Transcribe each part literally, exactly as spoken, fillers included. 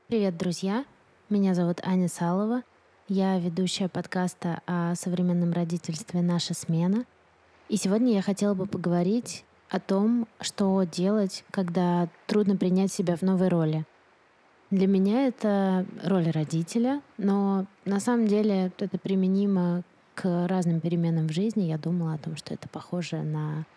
Привет, друзья! Меня зовут Аня Салова. Я ведущая подкаста о современном родительстве «Наша смена». И сегодня я хотела бы поговорить о том, что делать, когда трудно принять себя в новой роли. Для меня это роль родителя, но на самом деле это применимо к разным переменам в жизни. Я думала о том, что это похоже на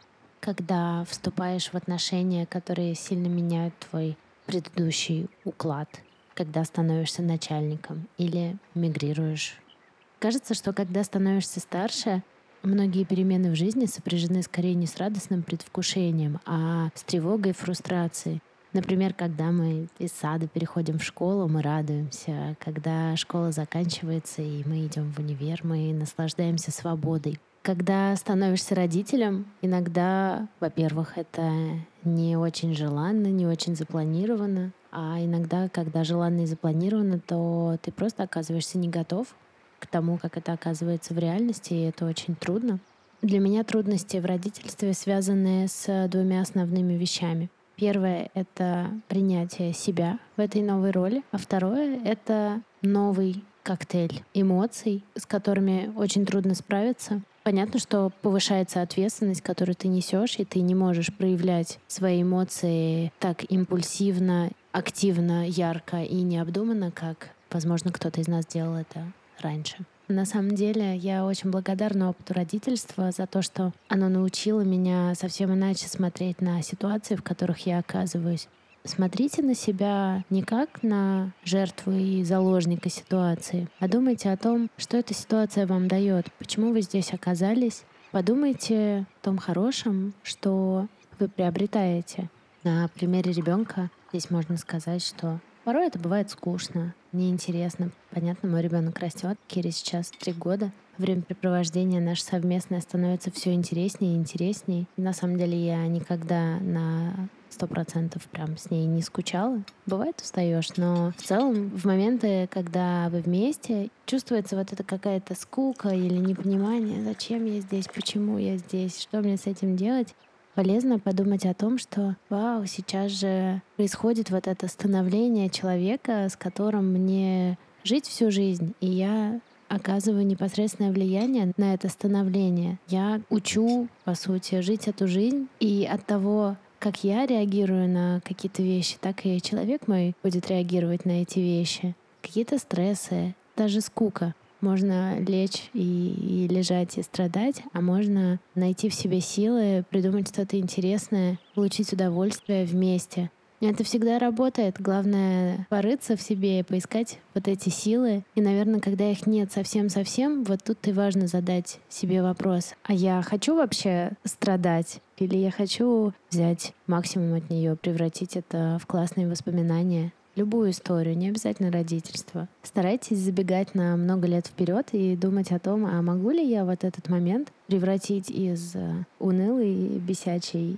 когда вступаешь в отношения, которые сильно меняют твой предыдущий уклад, когда становишься начальником или мигрируешь. Кажется, что когда становишься старше, многие перемены в жизни сопряжены скорее не с радостным предвкушением, а с тревогой и фрустрацией. Например, когда мы из сада переходим в школу, мы радуемся. Когда школа заканчивается и мы идем в универ, мы наслаждаемся свободой. Когда становишься родителем, иногда, во-первых, это не очень желанно, не очень запланировано, а иногда, когда желанно и запланировано, то ты просто оказываешься не готов к тому, как это оказывается в реальности, и это очень трудно. Для меня трудности в родительстве связаны с двумя основными вещами. Первое — это принятие себя в этой новой роли, а второе — это новый коктейль эмоций, с которыми очень трудно справиться. Понятно, что повышается ответственность, которую ты несешь, и ты не можешь проявлять свои эмоции так импульсивно, активно, ярко и необдуманно, как, возможно, кто-то из нас делал это раньше. На самом деле я очень благодарна опыту родительства за то, что оно научило меня совсем иначе смотреть на ситуации, в которых я оказываюсь. Смотрите на себя не как на жертву и заложника ситуации, а думайте о том, что эта ситуация вам дает, почему вы здесь оказались. Подумайте о том хорошем, что вы приобретаете. На примере ребенка здесь можно сказать, что порой это бывает скучно, неинтересно. Понятно, мой ребенок растет, Кире сейчас три года. Времяпрепровождение наше совместное становится все интереснее и интереснее. И на самом деле я никогда на сто процентов прям с ней не скучала. Бывает, устаешь, но в целом в моменты, когда вы вместе, чувствуется вот эта какая-то скука или непонимание, зачем я здесь, почему я здесь, что мне с этим делать. Полезно подумать о том, что вау, сейчас же происходит вот это становление человека, с которым мне жить всю жизнь, и я оказываю непосредственное влияние на это становление. Я учу, по сути, жить эту жизнь, и от того, как я реагирую на какие-то вещи, так и человек мой будет реагировать на эти вещи. Какие-то стрессы, даже скука. Можно лечь и, и лежать и страдать, а можно найти в себе силы, придумать что-то интересное, получить удовольствие вместе. И это всегда работает. Главное — порыться в себе и поискать вот эти силы. И, наверное, когда их нет совсем-совсем, вот тут и важно задать себе вопрос: а я хочу вообще страдать? Или я хочу взять максимум от нее, превратить это в классные воспоминания? Любую историю, не обязательно родительство. Старайтесь забегать на много лет вперед и думать о том, а могу ли я вот этот момент превратить из э, унылой, бесячей,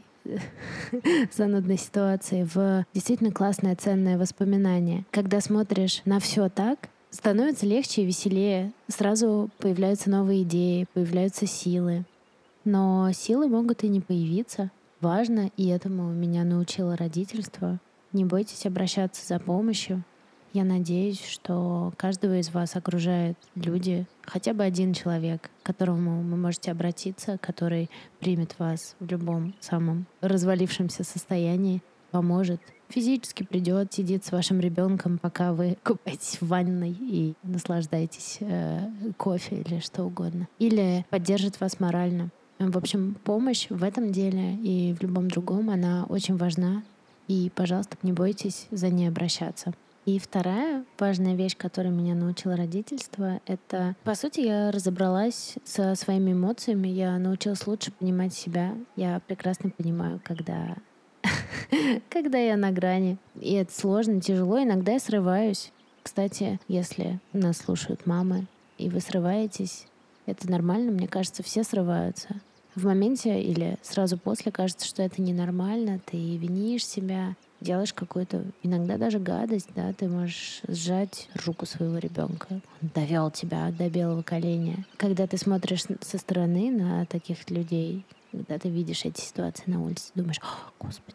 занудной ситуации в действительно классное, ценное воспоминание. Когда смотришь на все так, становится легче и веселее. Сразу появляются новые идеи, появляются силы. Но силы могут и не появиться. Важно, и этому меня научило родительство, не бойтесь обращаться за помощью. Я надеюсь, что каждого из вас окружают люди, хотя бы один человек, к которому вы можете обратиться, который примет вас в любом самом развалившемся состоянии, поможет. Физически придет, сидит с вашим ребенком, пока вы купаетесь в ванной и наслаждаетесь э, кофе или что угодно. Или поддержит вас морально. В общем, помощь в этом деле и в любом другом, она очень важна. И, пожалуйста, не бойтесь за ней обращаться. И вторая важная вещь, которой меня научило родительство, это, по сути, я разобралась со своими эмоциями, я научилась лучше понимать себя. Я прекрасно понимаю, когда когда я на грани. И это сложно, тяжело, иногда я срываюсь. Кстати, если нас слушают мамы, и вы срываетесь, это нормально, мне кажется, все срываются. В моменте или сразу после кажется, что это ненормально, ты винишь себя, делаешь какую-то, иногда даже гадость, да, ты можешь сжать руку своего ребенка, он довел тебя до белого коленя. Когда ты смотришь со стороны на таких людей, когда ты видишь эти ситуации на улице, думаешь: «О, Господи,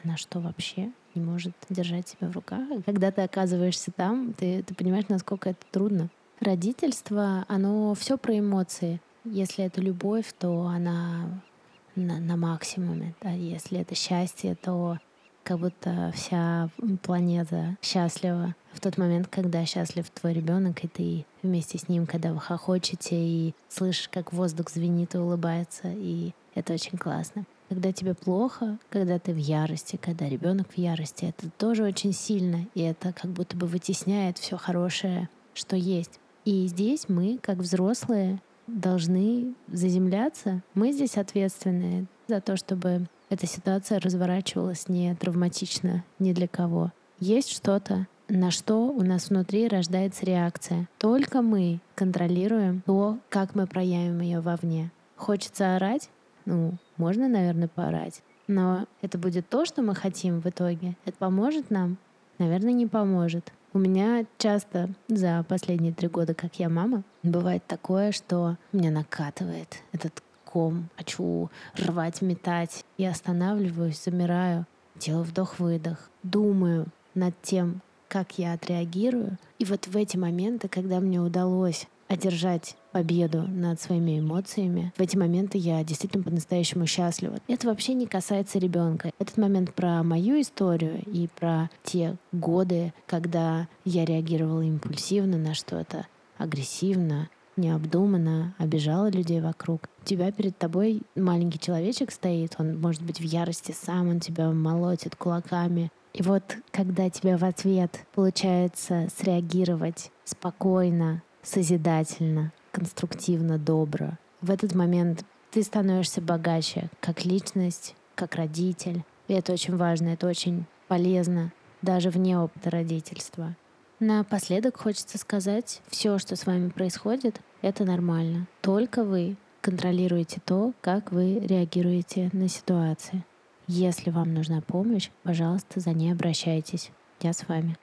она что, вообще не может держать себя в руках? И когда ты оказываешься там, ты, ты понимаешь, насколько это трудно. Родительство, оно все про эмоции. Если это любовь, то она на, на максимуме. Да? Если это счастье, то как будто вся планета счастлива в тот момент, когда счастлив твой ребенок, и ты вместе с ним, когда вы хохочете и слышишь, как воздух звенит и улыбается, и это очень классно. Когда тебе плохо, когда ты в ярости, когда ребенок в ярости, это тоже очень сильно, и это как будто бы вытесняет все хорошее, что есть. И здесь мы, как взрослые, должны заземляться. Мы здесь ответственные за то, чтобы эта ситуация разворачивалась не травматично ни для кого. Есть что-то, на что у нас внутри рождается реакция. Только мы контролируем то, как мы проявим ее вовне. Хочется орать? Ну, можно, наверное, поорать. Но это будет то, что мы хотим в итоге. Это поможет нам? Наверное, не поможет. У меня часто за последние три года, как я мама, бывает такое, что меня накатывает этот ком, хочу рвать, метать. Я останавливаюсь, замираю, делаю вдох-выдох, думаю над тем, как я отреагирую. И вот в эти моменты, когда мне удалось одержать победу над своими эмоциями, в эти моменты я действительно по-настоящему счастлива. Это вообще не касается ребенка. Этот момент про мою историю и про те годы, когда я реагировала импульсивно на что-то, агрессивно, необдуманно, обижала людей вокруг. У тебя перед тобой маленький человечек стоит, он может быть в ярости сам, он тебя молотит кулаками. И вот когда тебе в ответ получается среагировать спокойно, созидательно, конструктивно, добро, в этот момент ты становишься богаче как личность, как родитель. И это очень важно, это очень полезно, даже вне опыта родительства. Напоследок хочется сказать, все, что с вами происходит, это нормально. Только вы контролируете то, как вы реагируете на ситуации. Если вам нужна помощь, пожалуйста, за ней обращайтесь. Я с вами.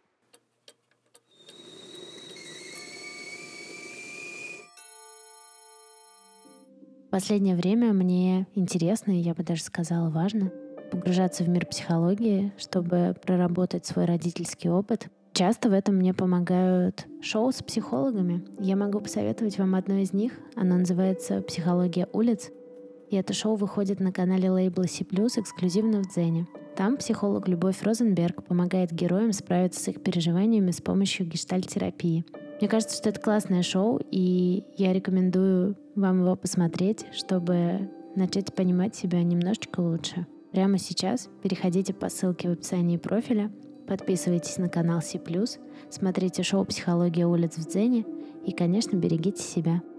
В последнее время мне интересно, и я бы даже сказала важно, погружаться в мир психологии, чтобы проработать свой родительский опыт. Часто в этом мне помогают шоу с психологами. Я могу посоветовать вам одно из них. Оно называется «Психология улиц». И это шоу выходит на канале лейбла Си плюс эксклюзивно в Дзене. Там психолог Любовь Розенберг помогает героям справиться с их переживаниями с помощью гештальт-терапии. Мне кажется, что это классное шоу, и я рекомендую вам его посмотреть, чтобы начать понимать себя немножечко лучше. Прямо сейчас переходите по ссылке в описании профиля, подписывайтесь на канал Си плюс, смотрите шоу «Психология улиц» в Дзене и, конечно, берегите себя.